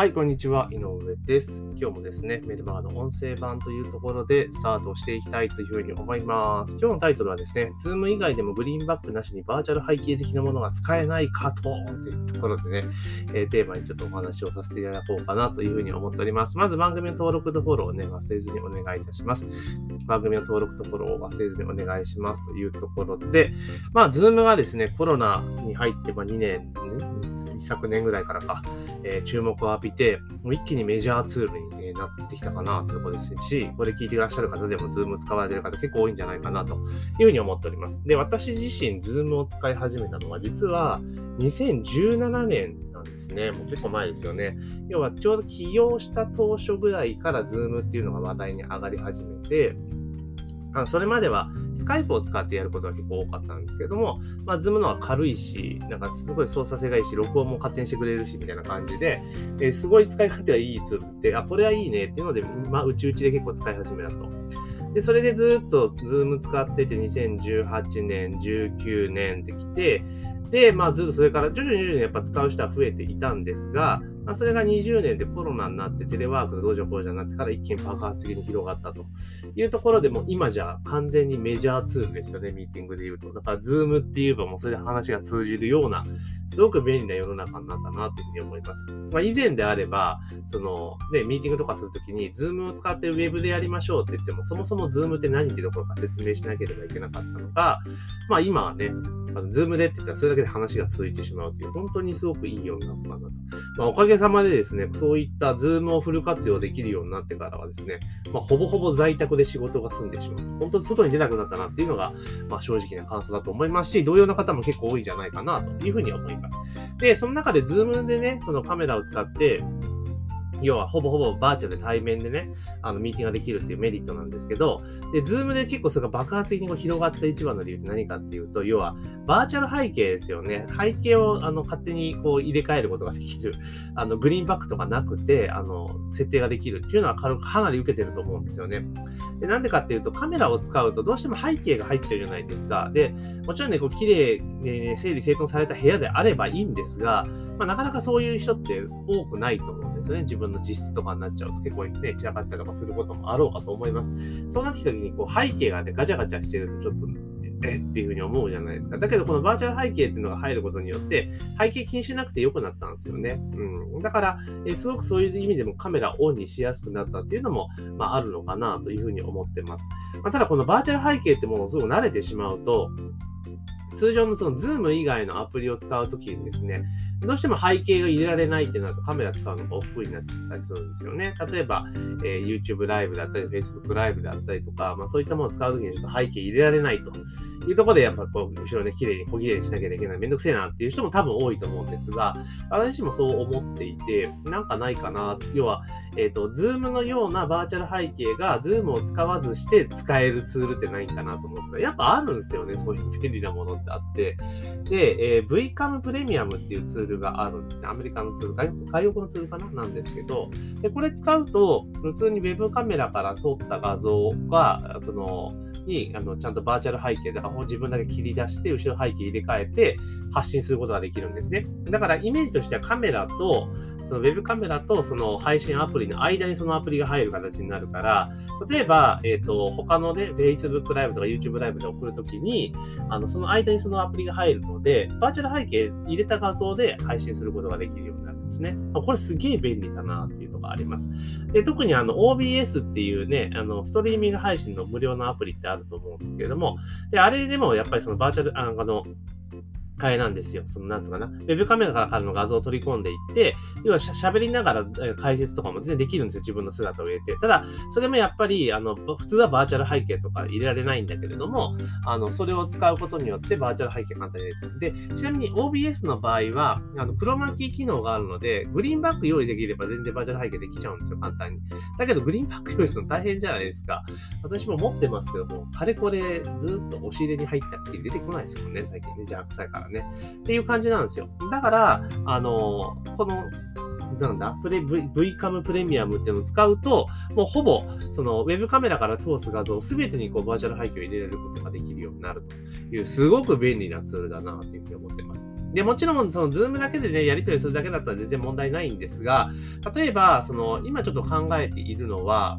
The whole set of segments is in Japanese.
はい、こんにちは。井上です。今日もですね、メルマガの音声版というところでスタートしていきたいというふうに思います。今日のタイトルはですね、Zoom 以外でもグリーンバックなしにバーチャル背景的なものが使えないかというところでね、テーマにちょっとお話をさせていただこうかなというふうに思っております。まず番組の登録とフォローをね、忘れずにお願いいたします。番組の登録とフォローを忘れずにお願いしますというところで、Zoom がですね、コロナに入って2年、一昨年ぐらいからか、注目を浴びて、もう一気にメジャーツールになってきたかなというところですし、これ聞いていらっしゃる方でも Zoom 使われている方結構多いんじゃないかなというふうに思っております。で、私自身 Zoom を使い始めたのは実は2017年なんですね。もう結構前ですよね。要はちょうど起業した当初ぐらいから Zoom っていうのが話題に上がり始めて、それまではスカイプを使ってやることが結構多かったんですけども、Zoom のは軽いし、なんかすごい操作性がいいし、録音も勝手にしてくれるし、みたいな感じで、すごい使い勝手がいいツールって、これはいいねっていうので、うちで結構使い始めたと。で、それでずっと Zoom 使ってて、2018年、19年ってきて、で、ずっとそれから徐々にやっぱ使う人は増えていたんですが、それが20年でコロナになってテレワークでどうじゃこうじゃになってから一気に爆発的に広がったというところでも今じゃ完全にメジャーツールですよね、ミーティングで言うと。だから Zoom って言えばもうそれで話が通じるような、すごく便利な世の中になったなというふうに思います。以前であれば、ミーティングとかするときに Zoom を使ってウェブでやりましょうって言っても、そもそも Zoom って何っていうところから説明しなければいけなかったのが、今はね、Zoom でって言ったらそれだけで話が続いてしまうという、本当にすごくいい世の中かなと。おかげさまでですね、そういった Zoom をフル活用できるようになってからはですね、ほぼほぼ在宅で仕事が済んでしまう。本当に外に出なくなったなっていうのが、正直な感想だと思いますし、同様の方も結構多いんじゃないかなというふうに思います。で、その中で Zoom でね、そのカメラを使って、要はほぼほぼバーチャルで対面でね、ミーティングができるっていうメリットなんですけど、で、ズームで結構それが爆発的に広がった一番の理由って何かっていうと、要はバーチャル背景ですよね。背景を勝手に入れ替えることができる。グリーンバックとかなくて、設定ができるっていうのはかなり受けてると思うんですよね。で、なんでかっていうと、カメラを使うとどうしても背景が入っちゃうじゃないですか。で、もちろんね、綺麗にね、整理整頓された部屋であればいいんですが、なかなかそういう人って多くないと思うんですよね。自分の実質とかになっちゃうと結構ね、散らかったりとかすることもあろうかと思います。そうなってきた時に、背景がね、ガチャガチャしてるとちょっと、っていうふうに思うじゃないですか。だけど、このバーチャル背景っていうのが入ることによって、背景気にしなくて良くなったんですよね。だから、すごくそういう意味でもカメラをオンにしやすくなったっていうのも、あるのかなというふうに思ってます。ただ、このバーチャル背景ってものをすごく慣れてしまうと、通常のその Zoom 以外のアプリを使うときにですね、どうしても背景が入れられないってなるとカメラ使うのが億劫になっちゃったりするんですよね。例えば、YouTube ライブだったり、Facebook ライブだったりとか、そういったものを使うときにちょっと背景入れられないというところで、やっぱ後ろね、小綺麗にしなきゃいけない、めんどくせえなっていう人も多分多いと思うんですが、私もそう思っていて、なんかないかな、要は、Zoom のようなバーチャル背景が Zoom を使わずして使えるツールってないんかなと思って、やっぱあるんですよね、そういう便利なものってあって。で、VCAM プレミアムっていうツールがあるんですね。アメリカのツール、外国のツールかななんですけど、で、これ使うと、普通に Web カメラから撮った画像が、ちゃんとバーチャル背景だから自分だけ切り出して、後ろ背景入れ替えて発信することができるんですね。だからイメージとしてはカメラと、そのウェブカメラとその配信アプリの間にそのアプリが入る形になるから、例えば、他のね、Facebook ライブとか YouTube ライブで送るときに、その間にそのアプリが入るので、バーチャル背景入れた画像で配信することができるようになるんですね。これすげえ便利だなっていうのがあります。で、特にOBS っていうね、ストリーミング配信の無料のアプリってあると思うんですけれども、で、あれでもやっぱりそのバーチャル、あれなんですよ。なんつうかな。ウェブカメラからの画像を取り込んでいって、要は喋りながら解説とかも全然できるんですよ。自分の姿を入れて。ただ、それもやっぱり、普通はバーチャル背景とか入れられないんだけれども、それを使うことによってバーチャル背景簡単に入れる。で、ちなみに OBS の場合は、クロマキー機能があるので、グリーンバック用意できれば全然バーチャル背景できちゃうんですよ。簡単に。だけど、グリーンバック用意するの大変じゃないですか。私も持ってますけども、かれこれずっと押し入れに入ったっきり出てこないですもんね。最近ね、邪悪臭いからね。っていう感じなんですよ。だから、この、VCAM プレミアムっていうのを使うと、もうほぼ、そのウェブカメラから通す画像をすべてにバーチャル背景を入れられることができるようになるという、すごく便利なツールだなというふうに思ってます。 で、もちろん、その、ズームだけでね、やり取りするだけだったら全然問題ないんですが、例えば、今ちょっと考えているのは、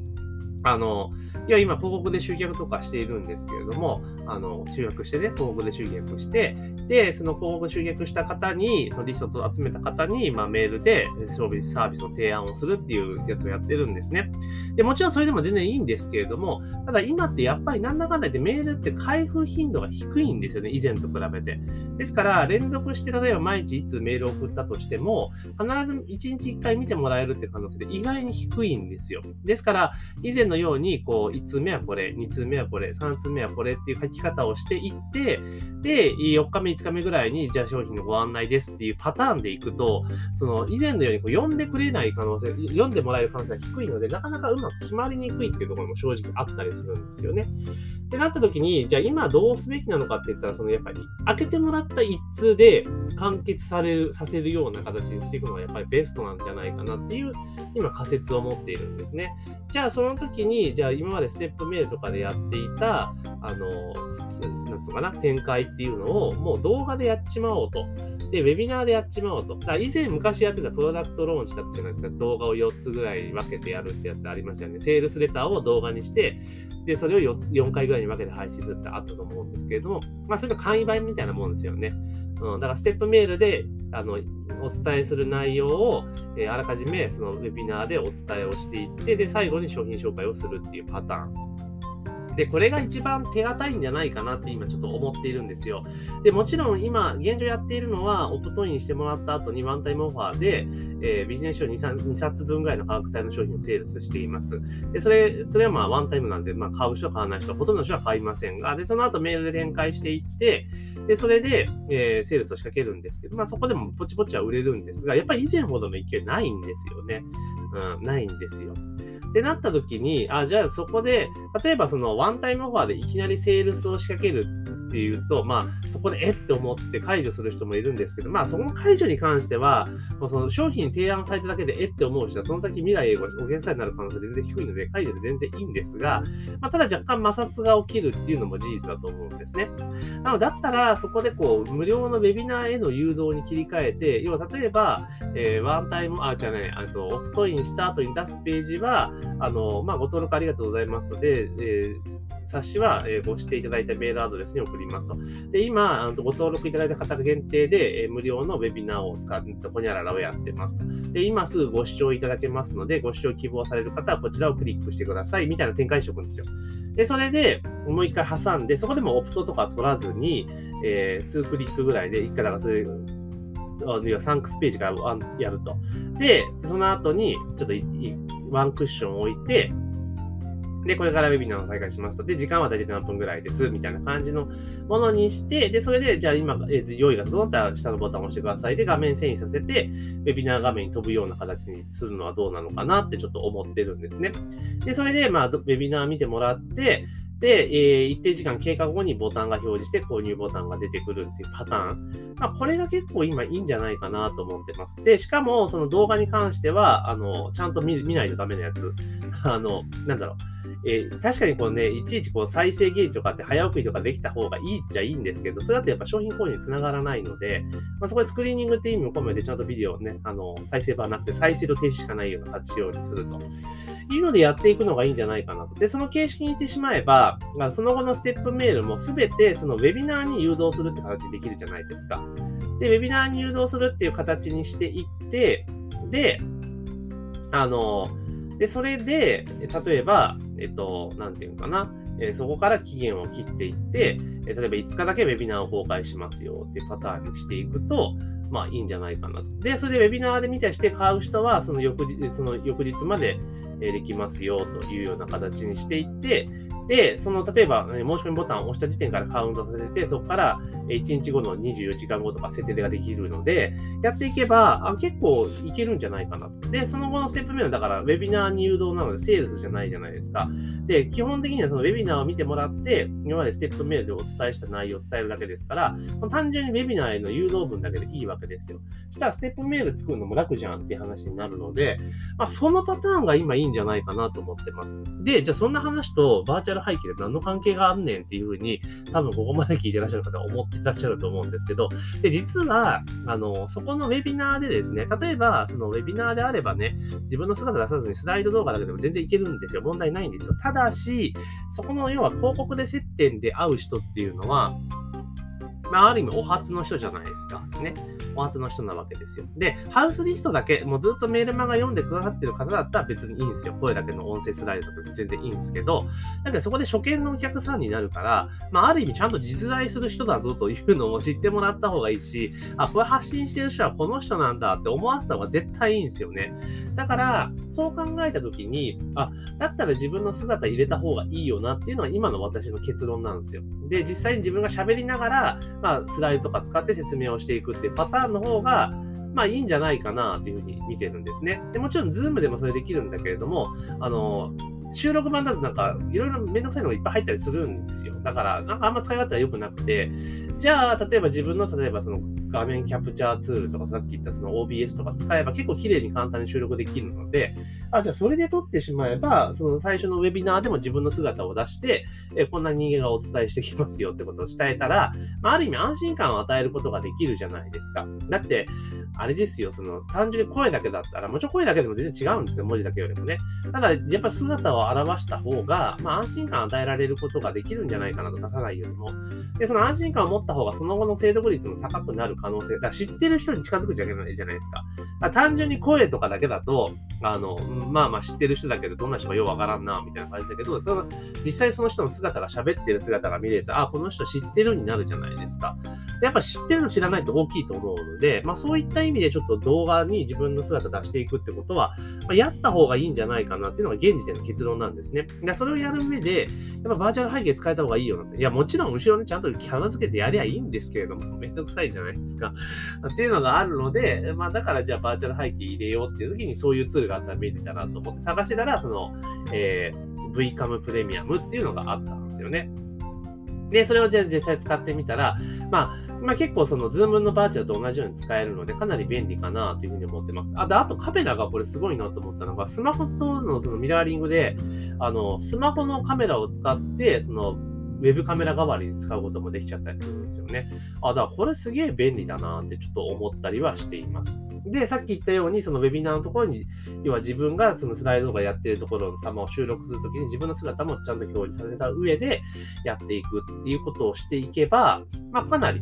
今広告で集客とかしているんですけれども、集客してね、広告で集客して、で、その広告集客した方に、そのリストを集めた方に、メールでサービスの提案をするっていうやつをやってるんですね。で、もちろんそれでも全然いいんですけれども、ただ今ってやっぱりなんだかんだ言ってメールって開封頻度が低いんですよね、以前と比べて。ですから、連続して例えば毎日いつメールを送ったとしても、必ず1日1回見てもらえるって可能性で意外に低いんですよ。ですから、以前のように、1通目はこれ、2通目はこれ、3通目はこれっていう書き方をしていって、で、4日目、5日目ぐらいに、じゃあ商品のご案内ですっていうパターンでいくと、以前のように読んでくれない可能性、読んでもらえる可能性が低いので、なかなかうまく決まりにくいっていうところも正直あったりするんですよね。ってなった時に、じゃあ今どうすべきなのかって言ったら、やっぱり開けてもらった一通で完結させるような形にしていくのがやっぱりベストなんじゃないかなっていう、今仮説を持っているんですね。じゃあその時に、じゃあ今までステップメールとかでやっていた、なんつうのかな、展開っていうのをもう動画でやっちまおうと。で、ウェビナーでやっちまおうと。だから昔やってたプロダクトローンチだったじゃないですか。動画を4つぐらい分けてやるってやつありましたよね。セールスレターを動画にして、で、それを4回ぐらいに分けて配信するってあったと思うんですけれども、それが簡易版みたいなもんですよね。だからステップメールで、お伝えする内容を、あらかじめそのウェビナーでお伝えをしていって、で、最後に商品紹介をするっていうパターン。で、これが一番手堅いんじゃないかなって今ちょっと思っているんですよ。で、もちろん今、現状やっているのは、オプトインしてもらった後にワンタイムオファーで、ビジネス書2冊分ぐらいの価格帯の商品をセールスしています。で、それはワンタイムなんで、買う人、買わない人、ほとんどの人は買いませんが、で、その後メールで展開していって、で、それで、セールスを仕掛けるんですけど、そこでもポチポチは売れるんですが、やっぱり以前ほどの勢いないんですよね。ないんですよ。ってなった時に、じゃあそこで、例えばワンタイムオファーでいきなりセールスを仕掛けるっていうと、そこでって思って解除する人もいるんですけど、その解除に関しては、もうその商品提案されただけでって思う人は、その先未来へお客さんになる可能性は全然低いので、解除で全然いいんですが、ただ若干摩擦が起きるっていうのも事実だと思うんですね。なので、だったら、そこで無料のウェビナーへの誘導に切り替えて、要は例えば、ワンタイム、オプトインした後に出すページは、ご登録ありがとうございますので、冊子はご指定いただいたメールアドレスに送りますと。で、今、ご登録いただいた方限定で、無料のウェビナーを使って、ほにゃららをやってますと。で、今すぐご視聴いただけますので、ご視聴希望される方はこちらをクリックしてください、みたいな展開しておくんですよ。で、それで、もう一回挟んで、そこでもオプトとか取らずに、2クリックぐらいで、1回だからそれ、サンクスページからやると。で、その後に、ちょっとワンクッション置いて、で、これからウェビナーを再開しますと。で、時間は大体何分ぐらいです。みたいな感じのものにして、で、それで、じゃあ今、用意が整ったら下のボタンを押してください。で、画面遷移させて、ウェビナー画面に飛ぶような形にするのはどうなのかなってちょっと思ってるんですね。で、それで、ウェビナー見てもらって、で、一定時間経過後にボタンが表示して購入ボタンが出てくるっていうパターン。これが結構今いいんじゃないかなと思ってます。で、しかもその動画に関しては、ちゃんと見ないとダメなやつ。確かにいちいち再生ゲージとかって早送りとかできた方がいいっちゃいいんですけど、それだとやっぱ商品購入につながらないので、そこでスクリーニングっていう意味も込めてちゃんとビデオをね、再生版なくて再生と停止しかないような立ちようにすると。いうのでやっていくのがいいんじゃないかなと。で、その形式にしてしまえば、その後のステップメールもすべてそのウェビナーに誘導するって形でできるじゃないですか。で、ウェビナーに誘導するっていう形にしていって、で、それで、例えば、なんていうのかな、そこから期限を切っていって、例えば5日だけウェビナーを公開しますよっていうパターンにしていくと、いいんじゃないかなと。で、それでウェビナーで見たして買う人は、その翌日までできますよというような形にしていって、で、例えば、申し込みボタンを押した時点からカウントさせて、そこから1日後の24時間後とか設定ができるので、やっていけば、結構いけるんじゃないかなと。で、その後のステップ目は、だから、ウェビナーに誘導なので、セールスじゃないじゃないですか。で、基本的にはそのウェビナーを見てもらって、今までステップメールでお伝えした内容を伝えるだけですから、単純にウェビナーへの誘導文だけでいいわけですよ。そしたら、ステップメール作るのも楽じゃんっていう話になるので、そのパターンが今いいんじゃないかなと思ってます。で、じゃあそんな話とバーチャルチャル背景で何の関係があんねんっていうふうに、多分ここまで聞いてらっしゃる方は思ってらっしゃると思うんですけど、で、実は、そこのウェビナーでですね、例えば、そのウェビナーであればね、自分の姿出さずにスライド動画だけでも全然いけるんですよ。問題ないんですよ。ただし、そこの要は広告で接点で会う人っていうのは、ある意味お初の人じゃないですか。ね。お初の人なわけですよ。で、ハウスリストだけ、もうずっとメールマガ読んでくださってる方だったら別にいいんですよ。声だけの音声スライドとか全然いいんですけど、だけどそこで初見のお客さんになるから、ある意味ちゃんと実在する人だぞというのも知ってもらった方がいいし、これ発信してる人はこの人なんだって思わせた方が絶対いいんですよね。だから、そう考えたときに、だったら自分の姿入れた方がいいよなっていうのは今の私の結論なんですよ。で、実際に自分が喋りながら、スライドとか使って説明をしていくっていうパターンの方が、いいんじゃないかなっていうふうに見てるんですね。で、もちろん Zoom でもそれできるんだけれども、収録版だといろいろめんどくさいのがいっぱい入ったりするんですよ。だからあんま使い勝手が良くなくて、じゃあ例えば自分のその画面キャプチャーツールとかさっき言ったその OBS とか使えば結構綺麗に簡単に収録できるので、じゃあそれで撮ってしまえば、その最初のウェビナーでも自分の姿を出して、こんな人間がお伝えしてきますよってことを伝えたら、ある意味安心感を与えることができるじゃないですか。だって、あれですよ、単純に声だけだったら、もちろん声だけでも全然違うんですけど、文字だけよりもね。ただ、やっぱ姿を表した方が、安心感を与えられることができるんじゃないかなと、出さないよりも。で、その安心感を持った方が、その後の精読率も高くなる可能性、だから知ってる人に近づくんじゃないじゃないですか。単純に声とかだけだと、知ってる人だけど、どんな人かようわからんな、みたいな感じだけど、実際その人の姿が喋ってる姿が見れた、この人知ってるになるじゃないですか。でやっぱ知ってるの知らないと大きいと思うので、そういった意味でちょっと動画に自分の姿出していくってことは、やった方がいいんじゃないかなっていうのが現時点の結論なんですね。でそれをやる上で、やっぱバーチャル背景使えた方がいいよなって。いや、もちろん後ろにちゃんとキャラ付けてやりゃいいんですけれども、めんどくさいじゃないですか。っていうのがあるので、だからじゃあバーチャル背景入れようっていう時にそういうツールがあったら便利だなと思って探してたら、VCAM プレミアムっていうのがあったんですよね。で、それをじゃあ実際使ってみたら、結構Zoom のバーチャルと同じように使えるので、かなり便利かなというふうに思ってます。あとカメラがこれすごいなと思ったのが、スマホとのミラーリングで、スマホのカメラを使って、ウェブカメラ代わりに使うこともできちゃったりするんですよね。だからこれすげえ便利だなってちょっと思ったりはしています。で、さっき言ったように、ウェビナーのところに、要は自分がスライド動画やってるところの様を収録するときに自分の姿もちゃんと表示させた上でやっていくっていうことをしていけば、かなり、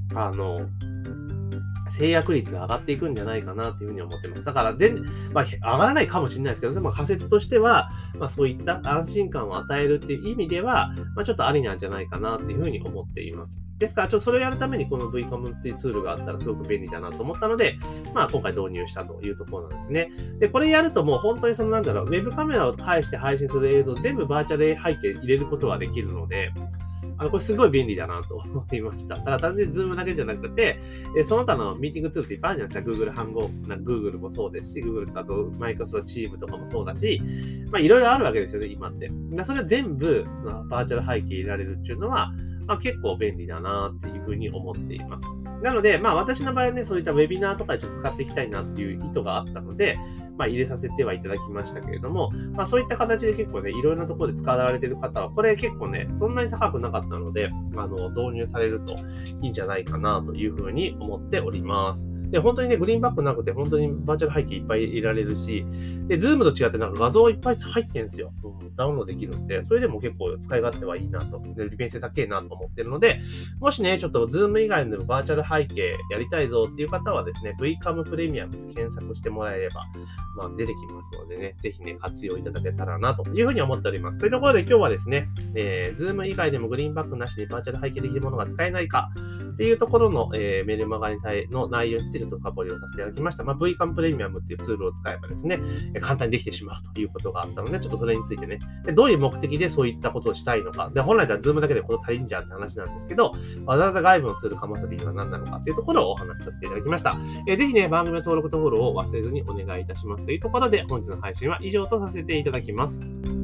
制約率が上がっていくんじゃないかなというふうに思ってます。だから上がらないかもしれないですけど、でも仮説としては、そういった安心感を与えるっていう意味では、ちょっとありなんじゃないかなというふうに思っています。ですから、それをやるためにこの VCAM っていうツールがあったらすごく便利だなと思ったので、今回導入したというところなんですね。で、これやるともう本当にウェブカメラを介して配信する映像全部バーチャル背景入れることができるので、これすごい便利だなと思いました。ただ単純に Zoom だけじゃなくて、その他のミーティングツールっていっぱいあるじゃないですか。Google もそうですし、Google とあと Microsoft Teams とかもそうだし、いろいろあるわけですよね、今って。それは全部、バーチャル背景入れられるっていうのは、結構便利だなっていうふうに思っています。なので、私の場合はね、そういったウェビナーとかでちょっと使っていきたいなっていう意図があったので、入れさせてはいただきましたけれども、そういった形で結構ね、いろいろなところで使われている方は、これ結構ね、そんなに高くなかったので、導入されるといいんじゃないかなというふうに思っております。で、本当にね、グリーンバックなくて、本当にバーチャル背景いっぱい入れられるし、で、Zoom と違って画像いっぱい入ってるんですよ。ダウンロードできるんで、それでも結構使い勝手はいいなと、で利便性高いなと思ってるので、もしね、ちょっと Zoom 以外でもバーチャル背景やりたいぞっていう方はですね、VCAM プレミアムで検索してもらえれば、出てきますのでね、ぜひね、活用いただけたらなというふうに思っております。というところで今日はですね、Zoom 以外でもグリーンバックなしにバーチャル背景できるものが使えないかっていうところの、メルマガの内容についてちょっと深掘りをさせていただきました。VCAM プレミアムっていうツールを使えばですね、簡単にできてしまうということがあったので、ちょっとそれについてね、どういう目的でそういったことをしたいのか。で、本来だったら Zoom だけでこと足りんじゃんって話なんですけど、わざわざ外部のツールかます理由は何なのかっていうところをお話しさせていただきました。ぜひね、番組の登録とフォローを忘れずにお願いいたしますというところで、本日の配信は以上とさせていただきます。